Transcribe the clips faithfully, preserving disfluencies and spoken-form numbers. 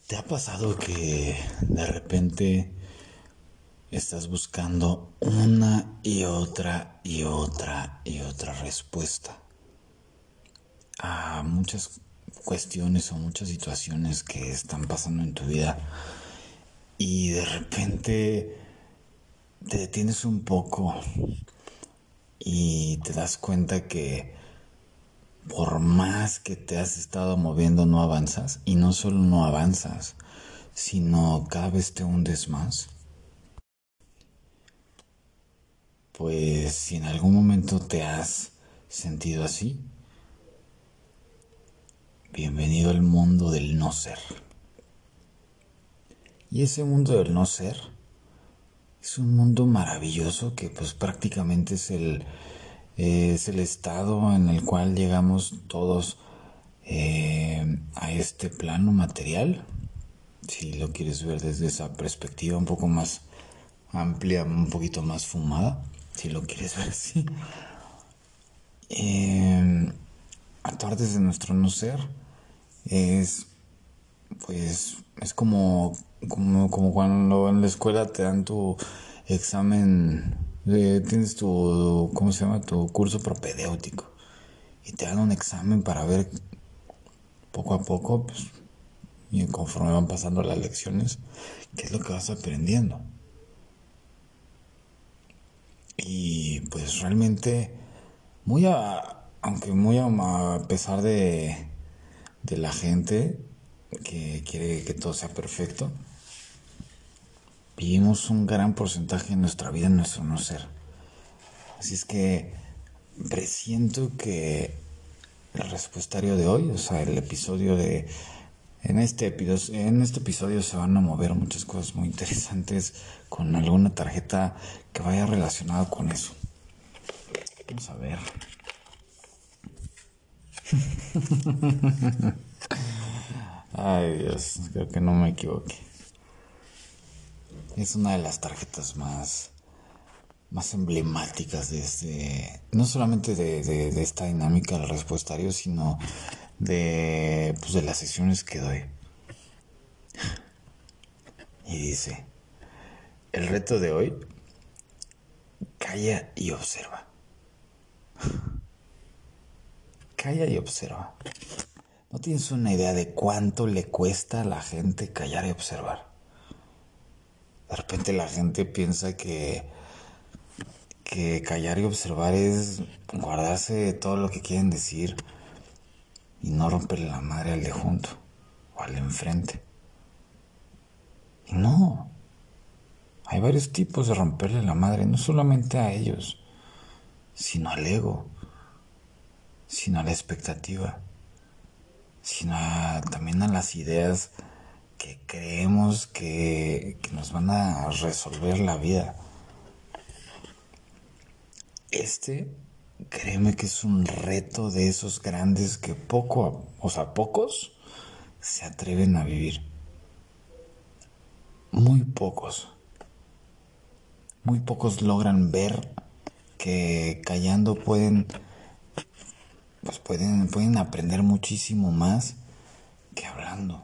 ¿Te ha pasado que de repente estás buscando una y otra y otra y otra respuesta a muchas cuestiones o muchas situaciones que están pasando en tu vida y de repente te detienes un poco y te das cuenta que por más que te has estado moviendo no avanzas? Y no solo no avanzas, sino cada vez te hundes más. Pues si en algún momento te has sentido así, bienvenido al mundo del no ser. Y ese mundo del no ser es un mundo maravilloso que pues prácticamente es el, eh, es el estado en el cual llegamos todos eh, a este plano material. Si lo quieres ver desde esa perspectiva un poco más amplia, un poquito más fumada, si lo quieres ver así. Eh, Partes de nuestro no ser es pues es como, como como cuando en la escuela te dan tu examen, eh, tienes tu, ¿cómo se llama? Tu curso propedéutico y te dan un examen para ver poco a poco, pues, y conforme van pasando las lecciones, qué es lo que vas aprendiendo. Y pues realmente muy a, aunque muy a, a pesar de de la gente que quiere que todo sea perfecto, vivimos un gran porcentaje de nuestra vida en nuestro no ser. Así es que presiento que el respuestario de hoy, o sea, el episodio de... En este, en este episodio se van a mover muchas cosas muy interesantes con alguna tarjeta que vaya relacionada con eso. Vamos a ver. Ay, Dios, creo que no me equivoqué. Es una de las tarjetas más más emblemáticas de este, no solamente de, de, de esta dinámica del respuestario, sino de, pues de las sesiones que doy. Y dice, el reto de hoy, calla y observa. Calla y observa. ¿No tienes una idea de cuánto le cuesta a la gente callar y observar? De repente la gente piensa que que callar y observar es guardarse todo lo que quieren decir y no romperle la madre al de junto o al de enfrente. Y no, hay varios tipos de romperle la madre, no solamente a ellos, sino al ego, sino a la expectativa, sino a, también a las ideas que creemos que, que nos van a resolver la vida. Este, créeme que es un reto de esos grandes que poco, o sea, pocos se atreven a vivir. Muy pocos. Muy pocos logran ver que callando pueden, pues pueden, pueden aprender muchísimo más que hablando.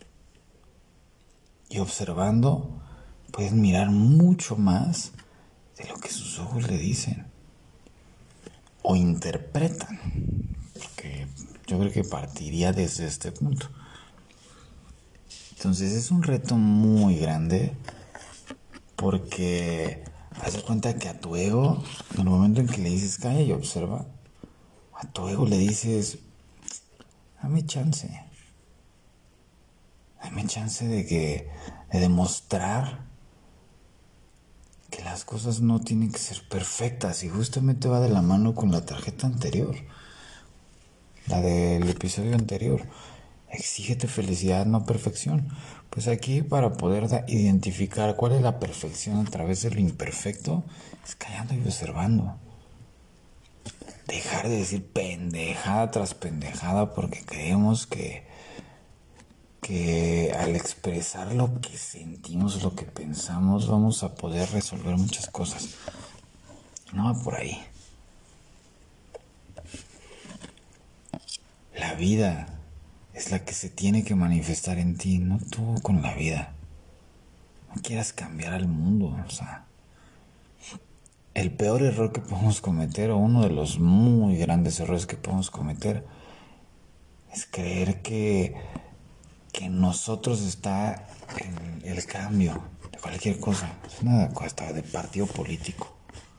Y observando pueden mirar mucho más de lo que sus ojos le dicen. O interpretan. Porque yo creo que partiría desde este punto. Entonces es un reto muy grande porque haz de cuenta que a tu ego, en el momento en que le dices calla y observa, a tu ego le dices dame chance, dame chance de que de demostrar que las cosas no tienen que ser perfectas y justamente va de la mano con la tarjeta anterior, la del episodio anterior. Exígete felicidad, no perfección. Pues aquí para poder da- identificar cuál es la perfección a través de lo imperfecto, es callando y observando. Dejar de decir pendejada tras pendejada porque creemos que, que al expresar lo que sentimos, lo que pensamos, vamos a poder resolver muchas cosas. No va por ahí. La vida es la que se tiene que manifestar en ti, no tú con la vida. No quieras cambiar al mundo, o sea. El peor error que podemos cometer, o uno de los muy grandes errores que podemos cometer, es creer que, que en nosotros está el, el cambio de cualquier cosa. Es una cuesta de partido político.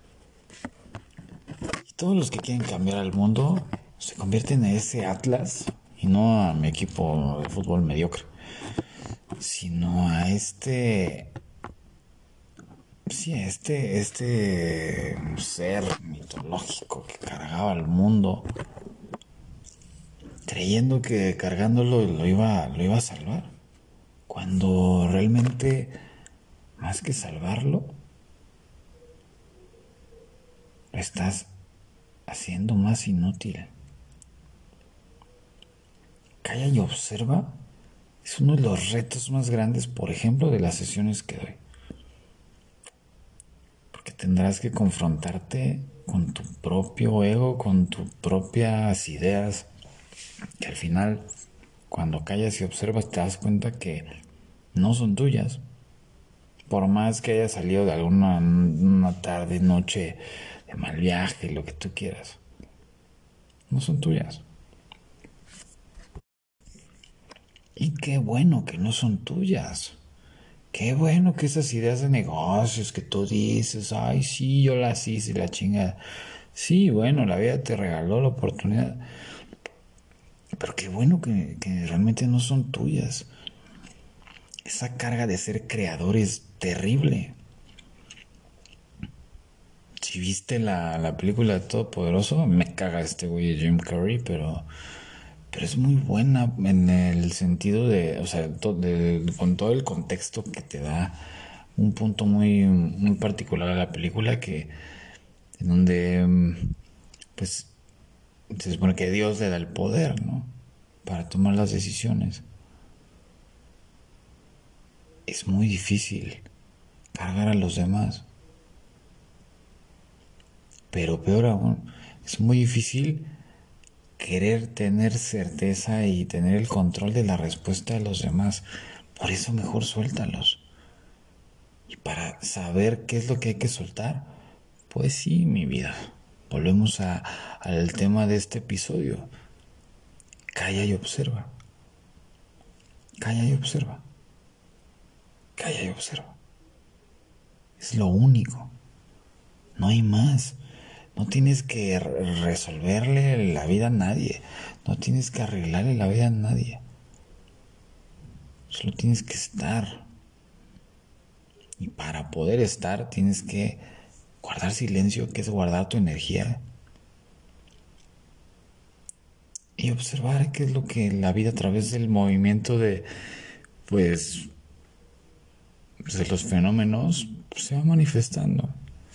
Y todos los que quieren cambiar al mundo se convierten en ese Atlas, y no a mi equipo de fútbol mediocre, sino a este... Sí, este, este ser mitológico que cargaba al mundo, creyendo que cargándolo lo iba, lo iba a salvar, cuando realmente, más que salvarlo, lo estás haciendo más inútil. Calla y observa es uno de los retos más grandes, por ejemplo, de las sesiones que doy. Porque tendrás que confrontarte con tu propio ego, con tus propias ideas, que al final, cuando callas y observas, te das cuenta que no son tuyas. Por más que hayas salido de alguna una tarde, noche de mal viaje, lo que tú quieras, no son tuyas. Y qué bueno que no son tuyas. Qué bueno que esas ideas de negocios que tú dices, ay, sí, yo las hice, la chingada. Sí, bueno, la vida te regaló la oportunidad. Pero qué bueno que, que realmente no son tuyas. Esa carga de ser creador es terrible. Si viste la, la película de Todopoderoso, me caga este güey de Jim Carrey, pero, pero es muy buena en el sentido de, o sea, to, de, con todo el contexto que te da un punto muy, muy particular a la película, que en donde, pues, se supone que Dios le da el poder, ¿no? Para tomar las decisiones. Es muy difícil cargar a los demás. Pero peor aún, es muy difícil querer tener certeza y tener el control de la respuesta de los demás. Por eso mejor suéltalos. Y para saber qué es lo que hay que soltar, pues sí, mi vida. Volvemos a, al tema de este episodio. Calla y observa. Calla y observa. Calla y observa. Es lo único. No hay más. No tienes que resolverle la vida a nadie. No tienes que arreglarle la vida a nadie. Solo tienes que estar. Y para poder estar tienes que guardar silencio, que es guardar tu energía. Y observar qué es lo que la vida a través del movimiento de, pues, de los fenómenos, pues, se va manifestando.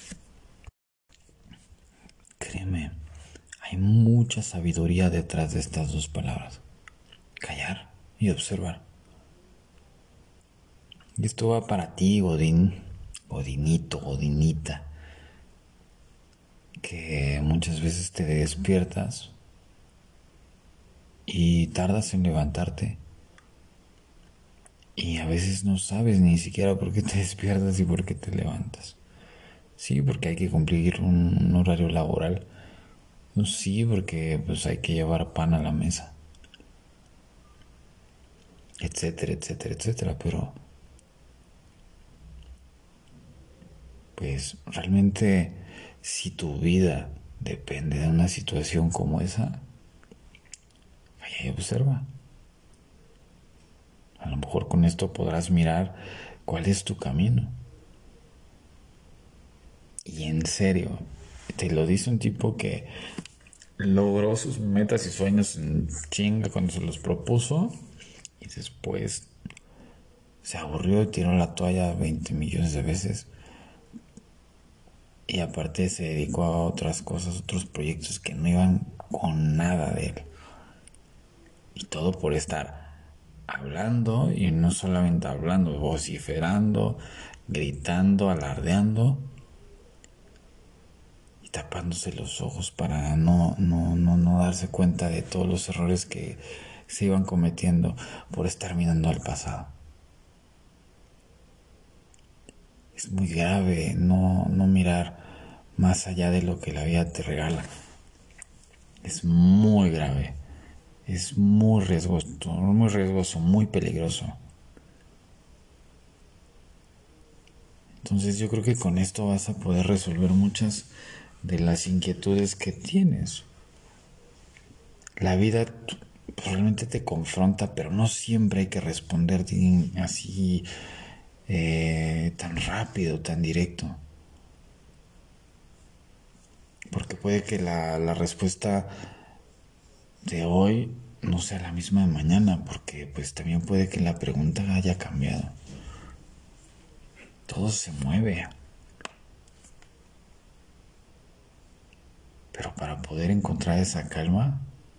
Créeme, hay mucha sabiduría detrás de estas dos palabras. Callar y observar. Y esto va para ti, Godín, Godinito, Godinita, que muchas veces te despiertas y tardas en levantarte. Y a veces no sabes ni siquiera por qué te despiertas y por qué te levantas. Sí, porque hay que cumplir un, un horario laboral. Sí, porque pues hay que llevar pan a la mesa. Etcétera, etcétera, etcétera. Pero pues realmente si tu vida depende de una situación como esa, vaya y observa. A lo mejor con esto podrás mirar cuál es tu camino. Y en serio, te lo dice un tipo que logró sus metas y sueños en chinga cuando se los propuso y después se aburrió y tiró la toalla veinte millones de veces. Y aparte se dedicó a otras cosas, otros proyectos que no iban con nada de él. Y todo por estar hablando, y no solamente hablando, vociferando, gritando, alardeando y tapándose los ojos para no, no, no, no darse cuenta de todos los errores que se iban cometiendo por estar mirando al pasado. Es muy grave no, no mirar más allá de lo que la vida te regala. Es muy grave. Es muy riesgoso, muy riesgoso, muy peligroso. Entonces yo creo que con esto vas a poder resolver muchas de las inquietudes que tienes. La vida realmente te confronta, pero no siempre hay que responder así eh, tan rápido, tan directo. Porque puede que la, la respuesta de hoy no sea la misma de mañana, porque pues también puede que la pregunta haya cambiado. Todo se mueve. Pero para poder encontrar esa calma,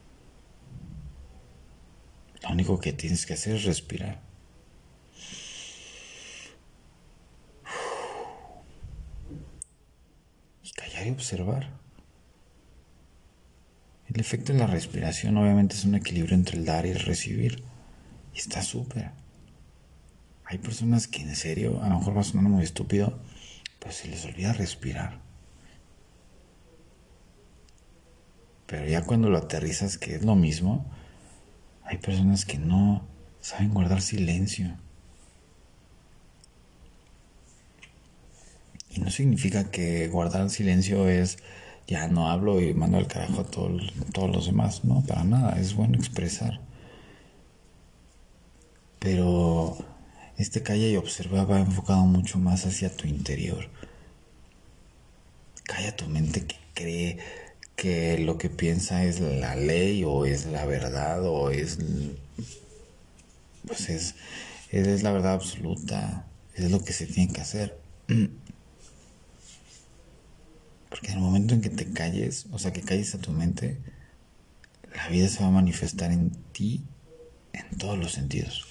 lo único que tienes que hacer es respirar. Y callar y observar. El efecto de la respiración obviamente es un equilibrio entre el dar y el recibir. Y está súper. Hay personas que en serio, a lo mejor va a sonar muy estúpido, pero se les olvida respirar. Pero ya cuando lo aterrizas, que es lo mismo, hay personas que no saben guardar silencio. Y no significa que guardar silencio es ya no hablo y mando al carajo a todo, todos los demás. No, para nada, es bueno expresar. Pero este calla y observa va enfocado mucho más hacia tu interior. Calla tu mente que cree que lo que piensa es la ley o es la verdad o es pues es, es la verdad absoluta, es lo que se tiene que hacer. Porque en el momento en que te calles, o sea que calles a tu mente, la vida se va a manifestar en ti en todos los sentidos.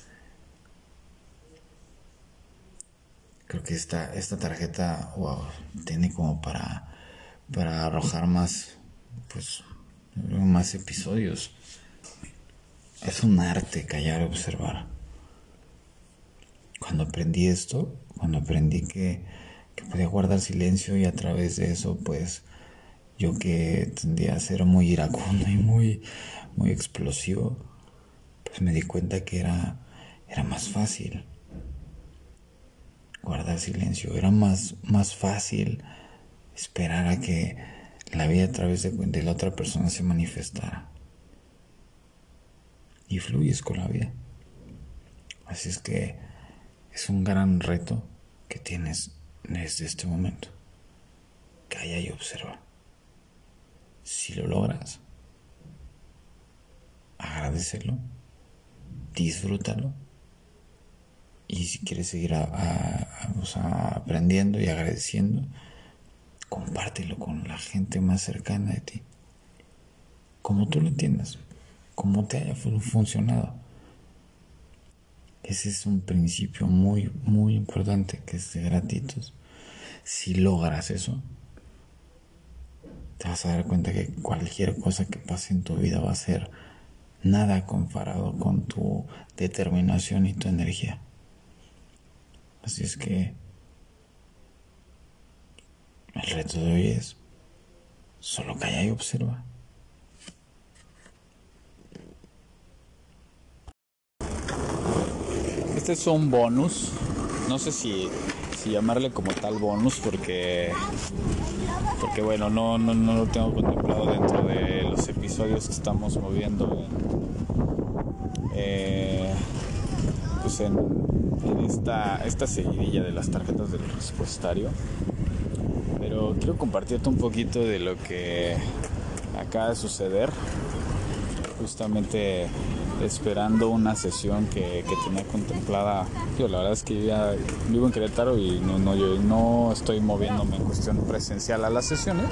Creo que esta, esta tarjeta, wow, tiene como para, para arrojar más, pues, más episodios. Es un arte callar y observar. Cuando aprendí esto, cuando aprendí que, que podía guardar silencio y a través de eso, pues, yo que tendía a ser muy iracundo y muy, muy explosivo, pues me di cuenta que era, era más fácil guardar silencio, era más, más fácil esperar a que la vida a través de, de la otra persona se manifestara. Y fluyes con la vida. Así es que es un gran reto que tienes desde este momento. Calla y observa. Si lo logras, agradécelo, disfrútalo. Y si quieres seguir a, a, a, o sea, aprendiendo y agradeciendo, compártelo con la gente más cercana de ti. Como tú lo entiendas, como te haya funcionado. Ese es un principio muy, muy importante, que es de gratitud. Si logras eso, te vas a dar cuenta que cualquier cosa que pase en tu vida va a ser nada comparado con tu determinación y tu energía. Así es que el reto de hoy es solo calla y observa. Este es un bonus. No sé si, si llamarle como tal bonus porque porque bueno, no, no, no lo tengo contemplado dentro de los episodios que estamos moviendo eh, pues en, en esta, esta seguidilla de las tarjetas del respuestario. Pero quiero compartirte un poquito de lo que acaba de suceder, justamente esperando una sesión que, que tenía contemplada. Yo, la verdad es que yo ya vivo en Querétaro y no, no, yo no estoy moviéndome en cuestión presencial a las sesiones,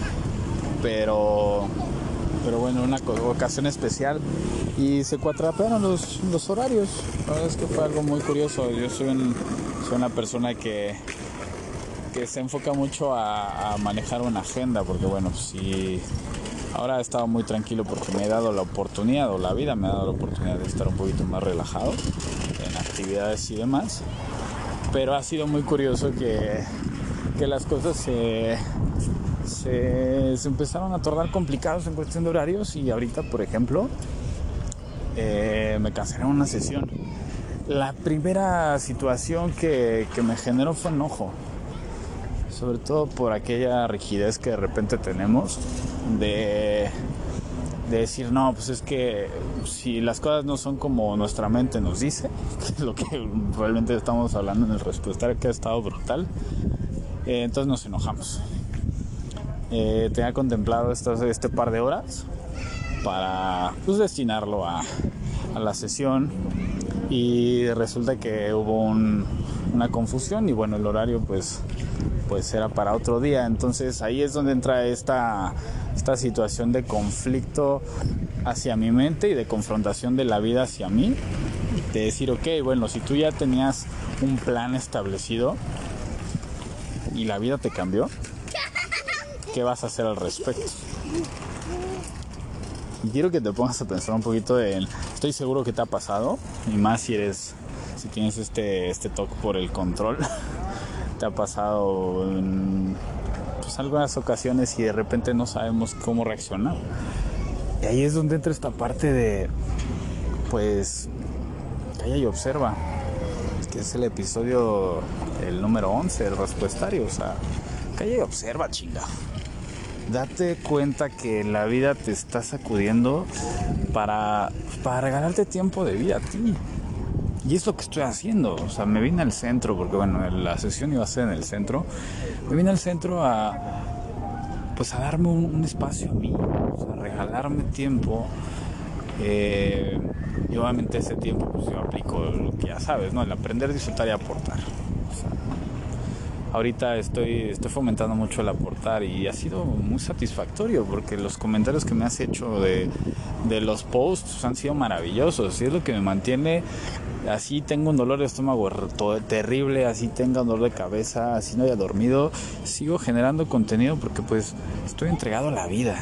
pero pero bueno, una ocasión especial y se cuatrapearon los, los horarios. La verdad es que fue algo muy curioso. Yo soy, un, soy una persona que que se enfoca mucho a, a manejar una agenda, porque bueno, si Ahora he estado muy tranquilo porque me he dado la oportunidad, o la vida me ha dado la oportunidad de estar un poquito más relajado en actividades y demás. Pero ha sido muy curioso que, que las cosas se, se, se empezaron a tornar complicadas en cuestión de horarios. Y ahorita, por ejemplo, eh, me cancelaron una sesión. La primera situación que, que me generó fue enojo, sobre todo por aquella rigidez que de repente tenemos de, de decir, no, pues es que si las cosas no son como nuestra mente nos dice, que es lo que realmente estamos hablando en el respuestario, que ha estado brutal, eh, entonces nos enojamos. Eh, tenía contemplado estas, este par de horas para pues destinarlo a, a la sesión, y resulta que hubo un, una confusión, y bueno, el horario pues pues era para otro día. Entonces ahí es donde entra esta, esta situación de conflicto hacia mi mente y de confrontación de la vida hacia mí, de decir, ok, bueno, si tú ya tenías un plan establecido y la vida te cambió, ¿qué vas a hacer al respecto? Y quiero que te pongas a pensar un poquito en, estoy seguro que te ha pasado, y más si eres, si tienes este, este toque por el control, te ha pasado en pues, algunas ocasiones y de repente no sabemos cómo reaccionar. Y ahí es donde entra esta parte de, pues, calla y observa, que es el episodio, el número once, el respuestario. O sea, calla y observa, chinga. Date cuenta que la vida te está sacudiendo para, para regalarte tiempo de vida a ti. Y es lo que estoy haciendo. O sea, me vine al centro, porque bueno, la sesión iba a ser en el centro. Me vine al centro a, pues a darme un, un espacio a mí, o sea, a regalarme tiempo. Eh, y obviamente ese tiempo pues yo aplico lo que ya sabes, ¿no? El aprender, disfrutar y aportar. O sea, ahorita estoy, estoy fomentando mucho el aportar, y ha sido muy satisfactorio porque los comentarios que me has hecho de, de los posts han sido maravillosos, y es lo que me mantiene. Así tengo un dolor de estómago terrible, así tenga un dolor de cabeza, así no haya dormido, sigo generando contenido porque pues estoy entregado a la vida.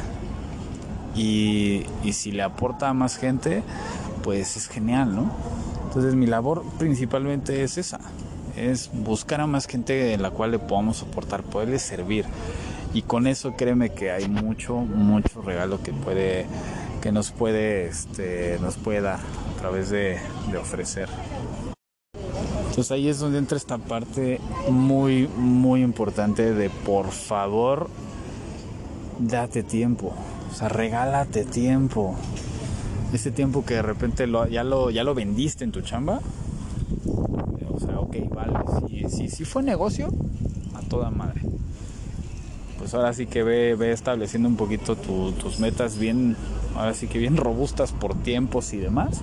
Y, y si le aporta a más gente, pues es genial, ¿no? Entonces mi labor principalmente es esa, es buscar a más gente en la cual le podamos aportar, poderle servir. Y con eso créeme que hay mucho, mucho regalo que puede, que nos puede, este, nos puede dar a través de, de ofrecer. Entonces ahí es donde entra esta parte muy, muy importante de, por favor, date tiempo. O sea, regálate tiempo. Ese tiempo que de repente lo, ya, lo, ya lo vendiste en tu chamba. O sea, ok, vale. Si, si, si fue negocio, a toda madre. Pues ahora sí que ve, ve estableciendo un poquito tu, tus metas bien, ahora sí que bien robustas por tiempos y demás.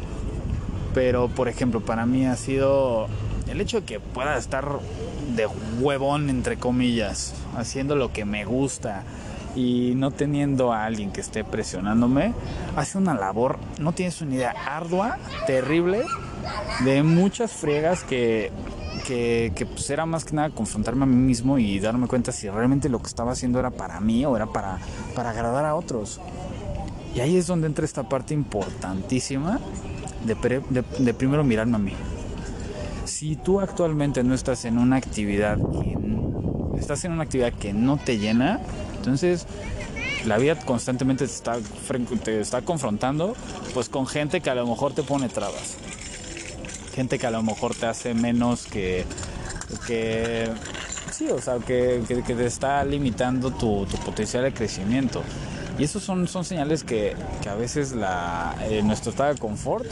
Pero, por ejemplo, para mí ha sido el hecho de que pueda estar de huevón, entre comillas, haciendo lo que me gusta y no teniendo a alguien que esté presionándome, hace una labor, no tienes una idea, ardua, terrible, de muchas friegas que, que, que pues era más que nada confrontarme a mí mismo y darme cuenta si realmente lo que estaba haciendo era para mí o era para, para agradar a otros. Y ahí es donde entra esta parte importantísima de, pre, de, de primero mirarme a mí. Si tú actualmente no estás en una actividad que estás en una actividad que no te llena, entonces la vida constantemente te está, te está confrontando pues con gente que a lo mejor te pone trabas, gente que a lo mejor te hace menos que, que sí, o sea, que, que, que te está limitando tu, tu potencial de crecimiento. Y esos son, son señales que, que a veces la, eh, nuestro estado de confort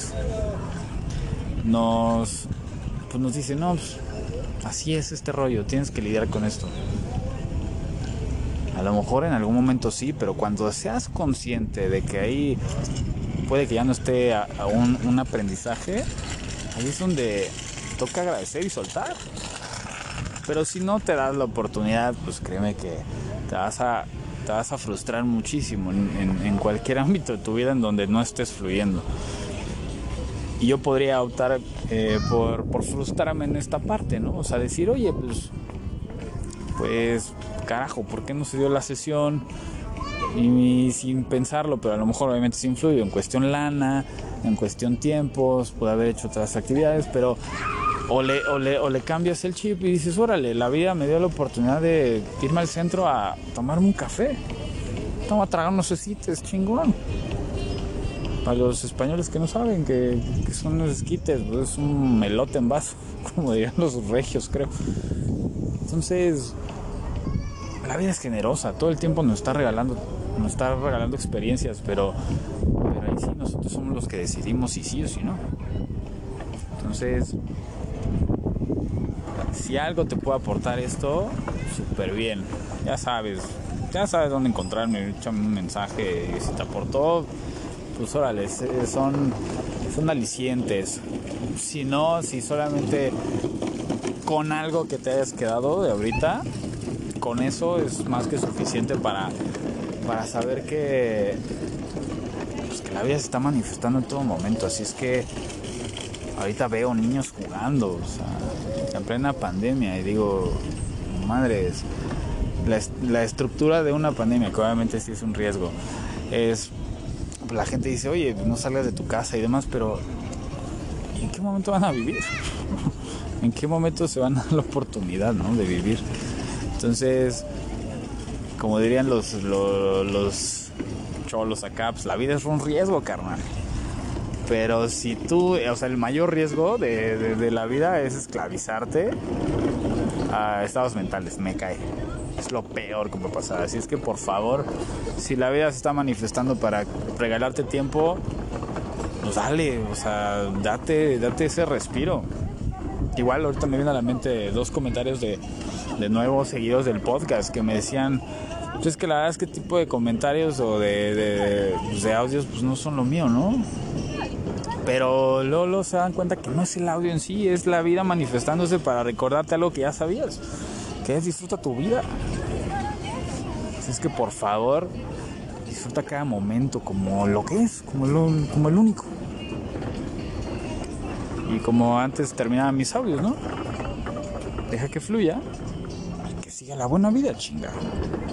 nos, pues nos dice, no, pues, así es este rollo, tienes que lidiar con esto. A lo mejor en algún momento sí, pero cuando seas consciente de que ahí puede que ya no esté a, a un, un aprendizaje, ahí es donde toca agradecer y soltar. Pero si no te das la oportunidad, pues créeme que te vas a, te vas a frustrar muchísimo en, en, en cualquier ámbito de tu vida en donde no estés fluyendo. Y yo podría optar eh, por, por frustrarme en esta parte, ¿no? O sea, decir, oye, pues, pues, carajo, ¿por qué no se dio la sesión? y, y sin pensarlo, pero a lo mejor obviamente sí influye en cuestión lana, en cuestión tiempos, puede haber hecho otras actividades, pero o le, o le, o le cambias el chip y dices, órale, la vida me dio la oportunidad de irme al centro a tomarme un café, toma a tragar unos esquites, chingón. Para los españoles que no saben que, que son unos esquites, pues es un melote en vaso, como dirían los regios, creo. Entonces, la vida es generosa, todo el tiempo nos está regalando, nos está regalando experiencias, pero, pero ahí sí nosotros somos los que decidimos si sí o si no. Entonces, si algo te puede aportar esto, súper bien. Ya sabes, ya sabes dónde encontrarme, échame un mensaje y si te aportó, pues órale, son, son alicientes. Si no, si solamente con algo que te hayas quedado de ahorita, con eso es más que suficiente para, para saber que, pues que la vida se está manifestando en todo momento. Así es que ahorita veo niños jugando, o sea, en plena pandemia, y digo, madres, la, la estructura de una pandemia, que obviamente sí es un riesgo, es, la gente dice, oye, no salgas de tu casa y demás, pero ¿en qué momento van a vivir? ¿En qué momento se van a dar la oportunidad, ¿no?, de vivir? Entonces, como dirían los, los, los cholos acá, pues la vida es un riesgo, carnal. Pero si tú, o sea, el mayor riesgo de, de, de la vida es esclavizarte a estados mentales, me cae. Es lo peor que puede pasar. Así es que, por favor, si la vida se está manifestando para regalarte tiempo, pues dale, o sea, date, date ese respiro. Igual ahorita me viene a la mente dos comentarios de, de nuevos seguidores del podcast que me decían, pues es que la verdad es que tipo de comentarios o de, de, pues de audios pues no son lo mío, ¿no? Pero luego, luego se dan cuenta que no es el audio en sí, es la vida manifestándose para recordarte algo que ya sabías, que es disfruta tu vida. Así es que por favor, disfruta cada momento como lo que es, como, lo, como el único. Y como antes terminaban mis audios, ¿no? Deja que fluya y que siga la buena vida, chinga.